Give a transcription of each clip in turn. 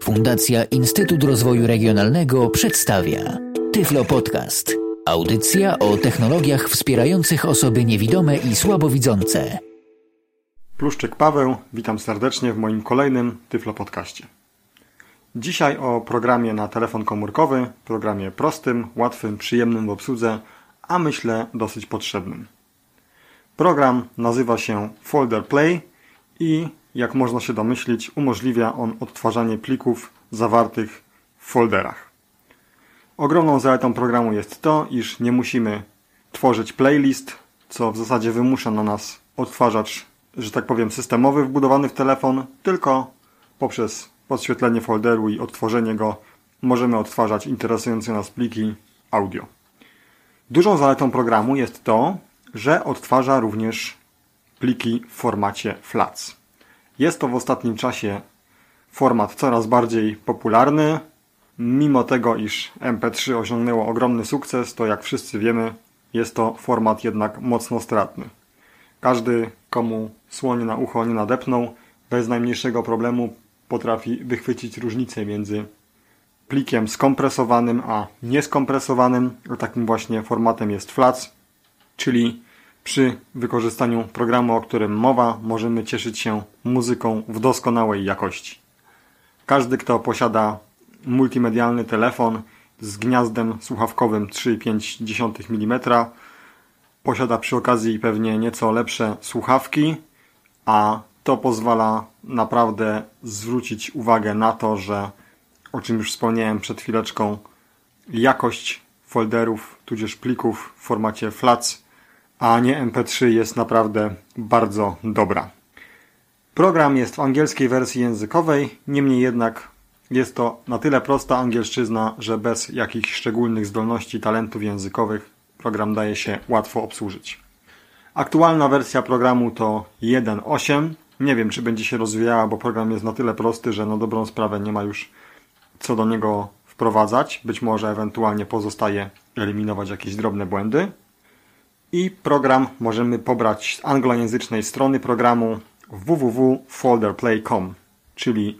Fundacja Instytut Rozwoju Regionalnego przedstawia Tyflo Podcast. Audycja o technologiach wspierających osoby niewidome i słabowidzące. Pluszczyk Paweł, witam serdecznie w moim kolejnym Tyflo Podcaście. Dzisiaj o programie na telefon komórkowy, programie prostym, łatwym, przyjemnym w obsłudze, a myślę dosyć potrzebnym. Program nazywa się Folder Play i, jak można się domyślić, umożliwia on odtwarzanie plików zawartych w folderach. Ogromną zaletą programu jest to, iż nie musimy tworzyć playlist, co w zasadzie wymusza na nas odtwarzacz, że tak powiem, systemowy wbudowany w telefon, tylko poprzez podświetlenie folderu i odtworzenie go możemy odtwarzać interesujące nas pliki audio. Dużą zaletą programu jest to, że odtwarza również pliki w formacie FLAC. Jest to w ostatnim czasie format coraz bardziej popularny. Mimo tego, iż MP3 osiągnęło ogromny sukces, to jak wszyscy wiemy, jest to format jednak mocno stratny. Każdy, komu słoń na ucho nie nadepnął, bez najmniejszego problemu potrafi wychwycić różnicę między plikiem skompresowanym a nieskompresowanym. Takim właśnie formatem jest FLAC, czyli przy wykorzystaniu programu, o którym mowa, możemy cieszyć się muzyką w doskonałej jakości. Każdy, kto posiada multimedialny telefon z gniazdem słuchawkowym 3,5 mm, posiada przy okazji pewnie nieco lepsze słuchawki, a to pozwala naprawdę zwrócić uwagę na to, że, o czym już wspomniałem przed chwileczką, jakość folderów, tudzież plików w formacie FLAC, a nie MP3 jest naprawdę bardzo dobra. Program jest w angielskiej wersji językowej, niemniej jednak jest to na tyle prosta angielszczyzna, że bez jakichś szczególnych zdolności, talentów językowych program daje się łatwo obsłużyć. Aktualna wersja programu to 1.8. Nie wiem, czy będzie się rozwijała, bo program jest na tyle prosty, że na dobrą sprawę nie ma już co do niego wprowadzać. Być może ewentualnie pozostaje eliminować jakieś drobne błędy. I program możemy pobrać z anglojęzycznej strony programu www.folderplay.com, czyli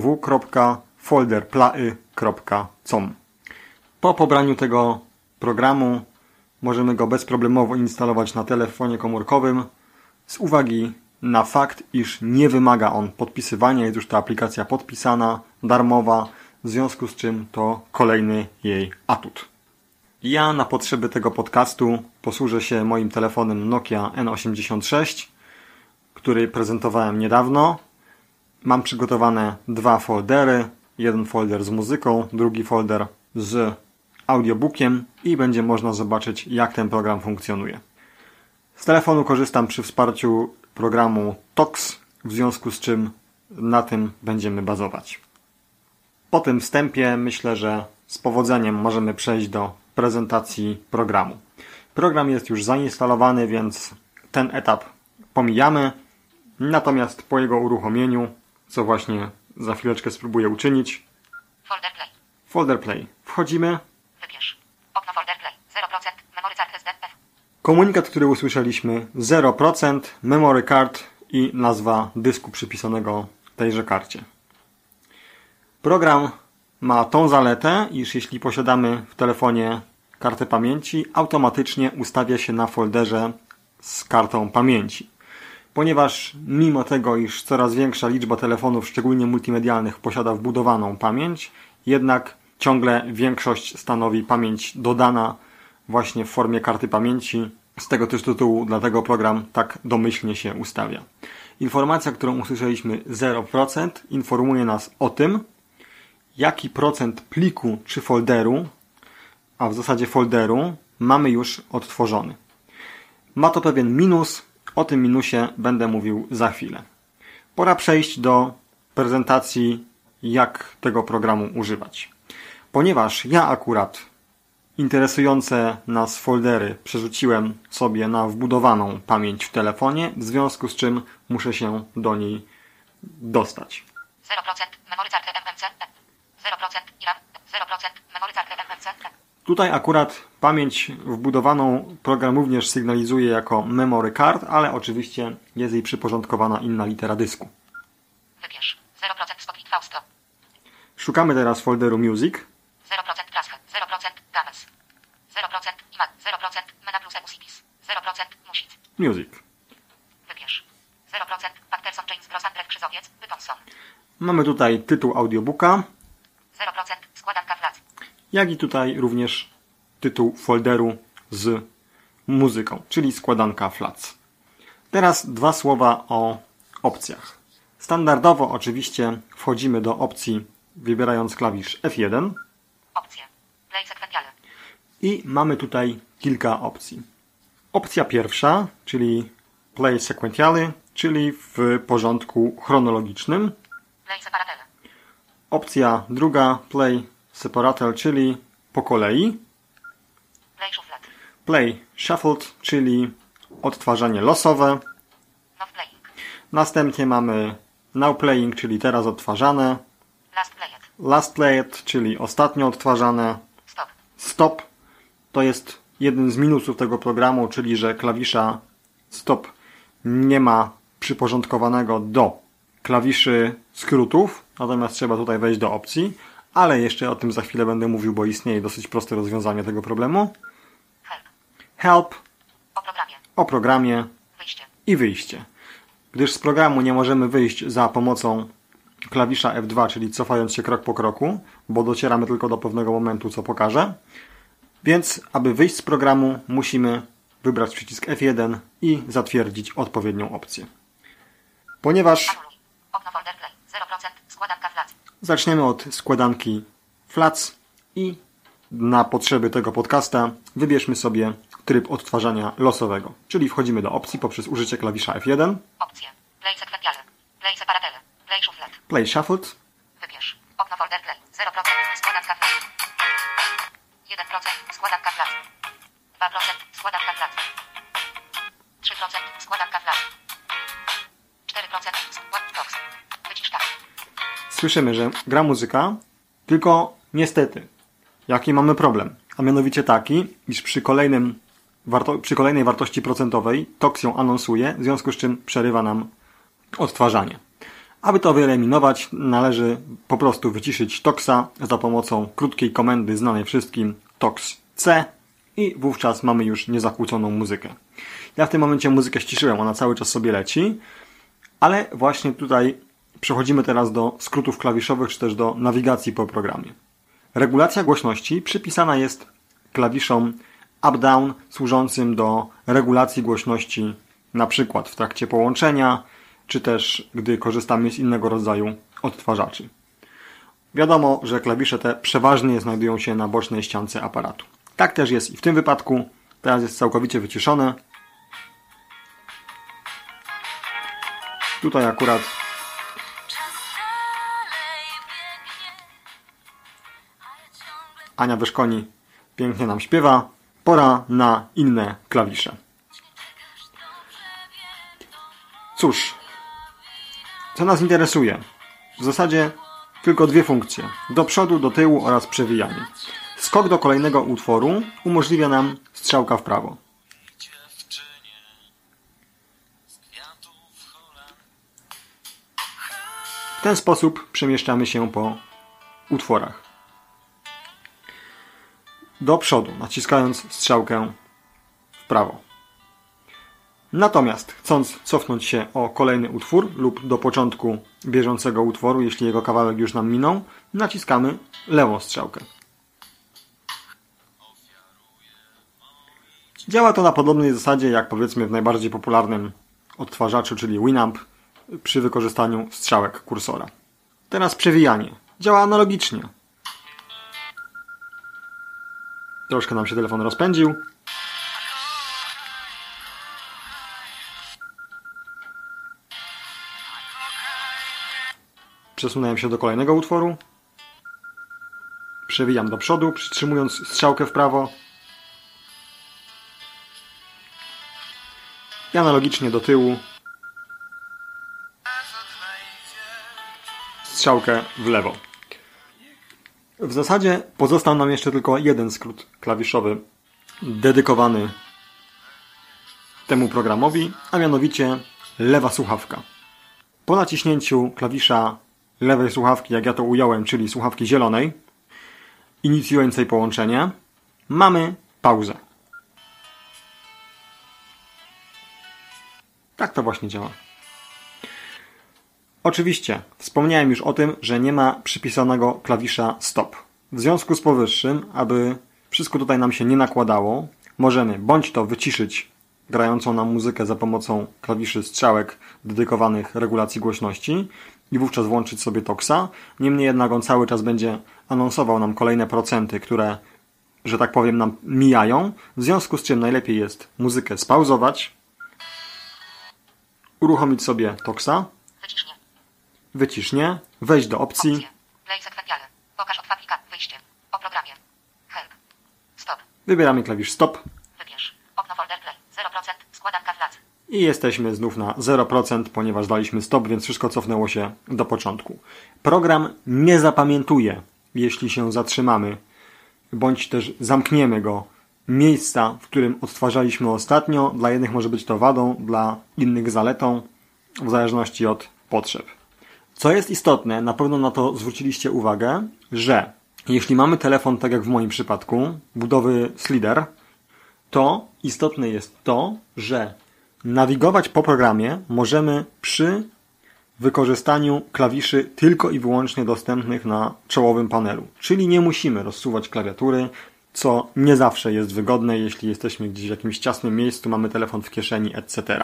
www.folderplay.com. Po pobraniu tego programu możemy go bezproblemowo instalować na telefonie komórkowym z uwagi na fakt, iż nie wymaga on podpisywania, jest już ta aplikacja podpisana, darmowa, w związku z czym to kolejny jej atut. Ja na potrzeby tego podcastu posłużę się moim telefonem Nokia N86, który prezentowałem niedawno. Mam przygotowane dwa foldery. Jeden folder z muzyką, drugi folder z audiobookiem i będzie można zobaczyć, jak ten program funkcjonuje. Z telefonu korzystam przy wsparciu programu TOX, w związku z czym na tym będziemy bazować. Po tym wstępie myślę, że z powodzeniem możemy przejść do prezentacji programu. Program jest już zainstalowany, więc ten etap pomijamy. Natomiast po jego uruchomieniu, co właśnie za chwileczkę spróbuję uczynić, Folder Play. Wchodzimy. Wybierz. Okno Folder Play. 0%. Memory card SDF. Komunikat, który usłyszeliśmy, 0%, memory card i nazwa dysku przypisanego tejże karcie. Program ma tą zaletę, iż jeśli posiadamy w telefonie kartę pamięci, automatycznie ustawia się na folderze z kartą pamięci. Ponieważ mimo tego, iż coraz większa liczba telefonów, szczególnie multimedialnych, posiada wbudowaną pamięć, jednak ciągle większość stanowi pamięć dodana właśnie w formie karty pamięci. Z tego też tytułu, dlatego program tak domyślnie się ustawia. Informacja, którą usłyszeliśmy 0%, informuje nas o tym, jaki procent pliku czy folderu, a w zasadzie folderu, mamy już odtworzony. Ma to pewien minus, o tym minusie będę mówił za chwilę. Pora przejść do prezentacji, jak tego programu używać. Ponieważ ja akurat interesujące nas foldery przerzuciłem sobie na wbudowaną pamięć w telefonie, w związku z czym muszę się do niej dostać. 0% memory card MMC. 0% RAM. 0% memory card MMC. Tutaj akurat pamięć wbudowaną program również sygnalizuje jako memory card, ale oczywiście jest jej przyporządkowana inna litera dysku. Wybierz 0% stop Austro. Szukamy teraz folderu Music. 0% Transfer, 0% Games, 0% Imag, 0% Mena plus Eusibis, 0% Music. Music. Wybierz. 0% Patterson James Gross Andrew Krzyzowiec, Wytonson. Mamy tutaj tytuł audiobooka, 0% składanka flat. jak i tutaj również tytuł folderu z muzyką, czyli składanka Flats. Teraz 2 słowa o opcjach. Standardowo oczywiście wchodzimy do opcji wybierając klawisz F1 Opcje. Play sequentiale. i mamy tutaj kilka opcji. Opcja pierwsza, czyli Play Sequentially, czyli w porządku chronologicznym. Play separatele. Opcja druga Play Separatel, czyli po kolei. Play shuffled. Play Shuffled, czyli odtwarzanie losowe. Now playing. Następnie mamy Now Playing, czyli teraz odtwarzane. Last played. Last Played, czyli ostatnio odtwarzane. Stop. Stop to jest jeden z minusów tego programu, czyli że klawisza Stop nie ma przyporządkowanego do klawiszy skrótów, natomiast trzeba tutaj wejść do opcji, ale jeszcze o tym za chwilę będę mówił, bo istnieje dosyć proste rozwiązanie tego problemu. Help. Help, O programie. o programie Wyjście. i wyjście. Gdyż z programu nie możemy wyjść za pomocą klawisza F2, czyli cofając się krok po kroku, bo docieramy tylko do pewnego momentu, co pokażę. Więc, aby wyjść z programu, musimy wybrać przycisk F1 i zatwierdzić odpowiednią opcję. Ponieważ Anuluj. Okno folder play. 0% składanka flat. zaczniemy od składanki Flats i na potrzeby tego podcasta wybierzmy sobie tryb odtwarzania losowego, czyli wchodzimy do opcji poprzez użycie klawisza F1, Opcje. Play sequentiale. Play separatele. Play shuffled. Play Shuffled, Wybierz. Okno folder play. 0% składanka flat. 1% składanka flat. 2% składanka flat. 3% składanka flat. 4% skład box. Wyciszka. słyszymy, że gra muzyka, tylko niestety, jaki mamy problem? A mianowicie taki, iż przy kolejnej wartości procentowej TOX ją anonsuje, w związku z czym przerywa nam odtwarzanie. Aby to wyeliminować, należy po prostu wyciszyć TOXa za pomocą krótkiej komendy znanej wszystkim TOX-C i wówczas mamy już niezakłóconą muzykę. Ja w tym momencie muzykę ściszyłem, ona cały czas sobie leci, ale właśnie tutaj przechodzimy teraz do skrótów klawiszowych, czy też do nawigacji po programie. Regulacja głośności przypisana jest klawiszom up-down służącym do regulacji głośności na przykład w trakcie połączenia, czy też gdy korzystamy z innego rodzaju odtwarzaczy. Wiadomo, że klawisze te przeważnie znajdują się na bocznej ściance aparatu. Tak też jest i w tym wypadku. Teraz jest całkowicie wyciszone. Tutaj akurat Ania Wyszkoni pięknie nam śpiewa. Pora na inne klawisze. Cóż, co nas interesuje? W zasadzie tylko 2 funkcje. Do przodu, do tyłu oraz przewijanie. Skok do kolejnego utworu umożliwia nam strzałka w prawo. W ten sposób przemieszczamy się po utworach. Do przodu, naciskając strzałkę w prawo. Natomiast chcąc cofnąć się o kolejny utwór lub do początku bieżącego utworu, jeśli jego kawałek już nam minął, naciskamy lewą strzałkę. Działa to na podobnej zasadzie jak powiedzmy w najbardziej popularnym odtwarzaczu, czyli Winamp, przy wykorzystaniu strzałek kursora. Teraz przewijanie. Działa analogicznie. Troszkę nam się telefon rozpędził. Przesunąłem się do kolejnego utworu. Przewijam do przodu, przytrzymując strzałkę w prawo. I analogicznie do tyłu. Strzałkę w lewo. W zasadzie pozostał nam jeszcze tylko jeden skrót klawiszowy dedykowany temu programowi, a mianowicie lewa słuchawka. Po naciśnięciu klawisza lewej słuchawki, jak ja to ująłem, czyli słuchawki zielonej, inicjującej połączenie, mamy pauzę. Tak to właśnie działa. Oczywiście, wspomniałem już o tym, że nie ma przypisanego klawisza stop. W związku z powyższym, aby wszystko tutaj nam się nie nakładało, możemy bądź to wyciszyć grającą nam muzykę za pomocą klawiszy strzałek dedykowanych regulacji głośności i wówczas włączyć sobie Toxa. Niemniej jednak on cały czas będzie anonsował nam kolejne procenty, które, że tak powiem, nam mijają. W związku z czym najlepiej jest muzykę spauzować, uruchomić sobie Toxa, wycisznie, wejść do opcji, Play sekwendiale. Pokaż od fabrika. Wyjście. O programie. Help. Stop. wybieramy klawisz stop Wybierz. Okno folder play. 0%. Składanka flac. i jesteśmy znów na 0%, ponieważ daliśmy stop, więc wszystko cofnęło się do początku. Program nie zapamiętuje, jeśli się zatrzymamy, bądź też zamkniemy go miejsca, w którym odtwarzaliśmy ostatnio. Dla jednych może być to wadą, dla innych zaletą, w zależności od potrzeb. Co jest istotne, na pewno na to zwróciliście uwagę, że jeśli mamy telefon, tak jak w moim przypadku, budowy Slider, to istotne jest to, że nawigować po programie możemy przy wykorzystaniu klawiszy tylko i wyłącznie dostępnych na czołowym panelu. Czyli nie musimy rozsuwać klawiatury, co nie zawsze jest wygodne, jeśli jesteśmy gdzieś w jakimś ciasnym miejscu, mamy telefon w kieszeni, etc.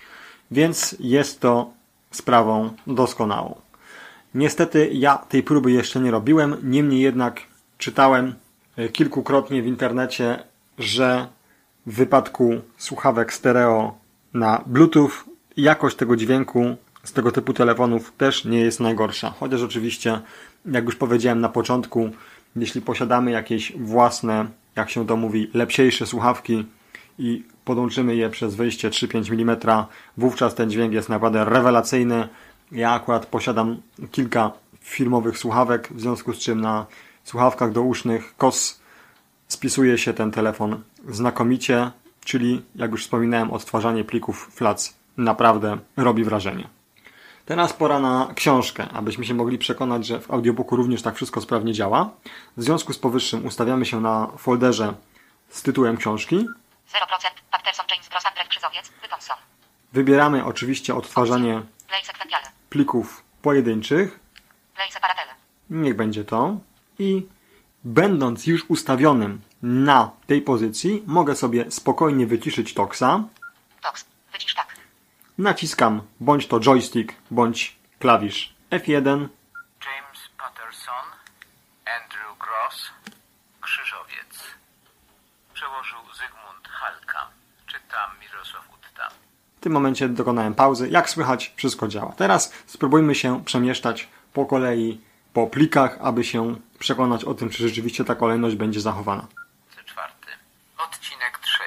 Więc jest to sprawą doskonałą. Niestety ja tej próby jeszcze nie robiłem, niemniej jednak czytałem kilkukrotnie w internecie, że w wypadku słuchawek stereo na Bluetooth jakość tego dźwięku z tego typu telefonów też nie jest najgorsza. Chociaż oczywiście, jak już powiedziałem na początku, jeśli posiadamy jakieś własne, jak się to mówi, lepsiejsze słuchawki i podłączymy je przez wyjście 3-5 mm, wówczas ten dźwięk jest naprawdę rewelacyjny. Ja akurat posiadam kilka firmowych słuchawek, w związku z czym na słuchawkach dousznych KOS spisuje się ten telefon znakomicie, czyli jak już wspominałem, odtwarzanie plików FLAC naprawdę robi wrażenie. Teraz pora na książkę, abyśmy się mogli przekonać, że w audiobooku również tak wszystko sprawnie działa. W związku z powyższym ustawiamy się na folderze z tytułem książki. 0%. Patterson James Gross Andrew Krzyżowiec. Wytonson. Wybieramy oczywiście odtwarzanie Play sekwendiale. plików pojedynczych. Play separatele. Niech będzie to. I będąc już ustawionym na tej pozycji, mogę sobie spokojnie wyciszyć Toxa. Tox. Wycisz tak. Naciskam bądź to joystick, bądź klawisz F1. James Patterson, Andrew Gross, Krzyżowiec. Przełożył Zygmunt Halka. Czyta Mirosław Utta. W tym momencie dokonałem pauzy. Jak słychać, wszystko działa. Teraz spróbujmy się przemieszczać po kolei po plikach, aby się przekonać o tym, czy rzeczywiście ta kolejność będzie zachowana. C4. Odcinek 3.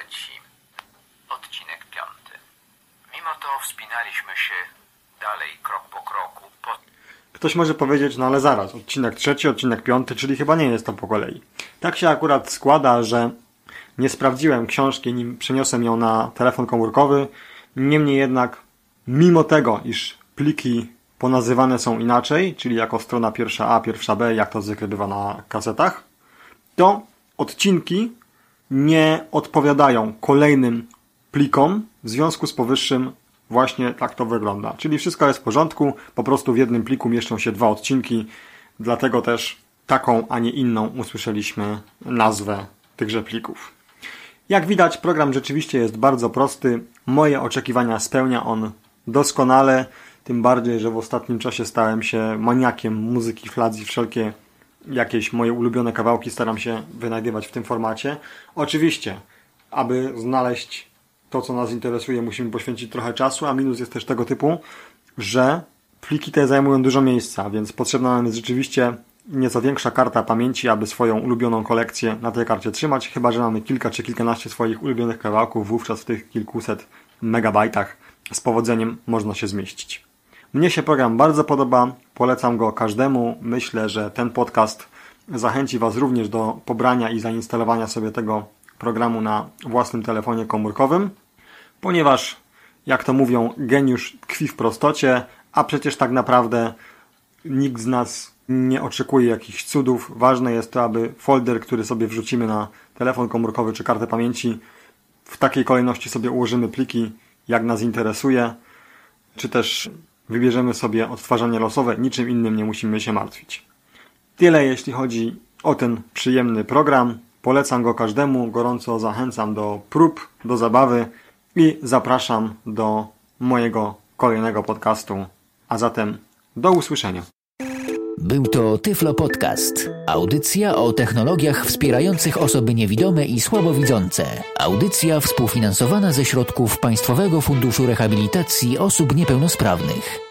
Odcinek 5. Mimo to wspinaliśmy się dalej krok po kroku. Ktoś może powiedzieć, no ale zaraz, odcinek 3, odcinek 5, czyli chyba nie jest to po kolei. Tak się akurat składa, że nie sprawdziłem książki, nim przeniosłem ją na telefon komórkowy. Niemniej jednak, mimo tego, iż pliki ponazywane są inaczej, czyli jako strona pierwsza A, pierwsza B, jak to zwykle bywa na kasetach, to odcinki nie odpowiadają kolejnym plikom, w związku z powyższym właśnie tak to wygląda. Czyli wszystko jest w porządku, po prostu w jednym pliku mieszczą się 2 odcinki, dlatego też taką, a nie inną usłyszeliśmy nazwę tychże plików. Jak widać, program rzeczywiście jest bardzo prosty. Moje oczekiwania spełnia on doskonale, tym bardziej, że w ostatnim czasie stałem się maniakiem muzyki FLAC i wszelkie jakieś moje ulubione kawałki staram się wynajdywać w tym formacie. Oczywiście, aby znaleźć to, co nas interesuje, musimy poświęcić trochę czasu, a minus jest też tego typu, że pliki te zajmują dużo miejsca, więc potrzebna nam jest rzeczywiście nieco większa karta pamięci, aby swoją ulubioną kolekcję na tej karcie trzymać, chyba że mamy kilka czy kilkanaście swoich ulubionych kawałków, wówczas w tych kilkuset megabajtach z powodzeniem można się zmieścić. Mnie się program bardzo podoba, polecam go każdemu. Myślę, że ten podcast zachęci Was również do pobrania i zainstalowania sobie tego programu na własnym telefonie komórkowym, ponieważ, jak to mówią, geniusz tkwi w prostocie, a przecież tak naprawdę Nikt z nas nie oczekuje jakichś cudów. Ważne jest to, aby folder, który sobie wrzucimy na telefon komórkowy czy kartę pamięci, w takiej kolejności sobie ułożymy pliki, jak nas interesuje, czy też wybierzemy sobie odtwarzanie losowe. Niczym innym nie musimy się martwić. Tyle jeśli chodzi o ten przyjemny program. Polecam go każdemu, gorąco zachęcam do prób, do zabawy i zapraszam do mojego kolejnego podcastu. A zatem do usłyszenia. Był to Tyflo Podcast. Audycja o technologiach wspierających osoby niewidome i słabowidzące. Audycja współfinansowana ze środków Państwowego Funduszu Rehabilitacji Osób Niepełnosprawnych.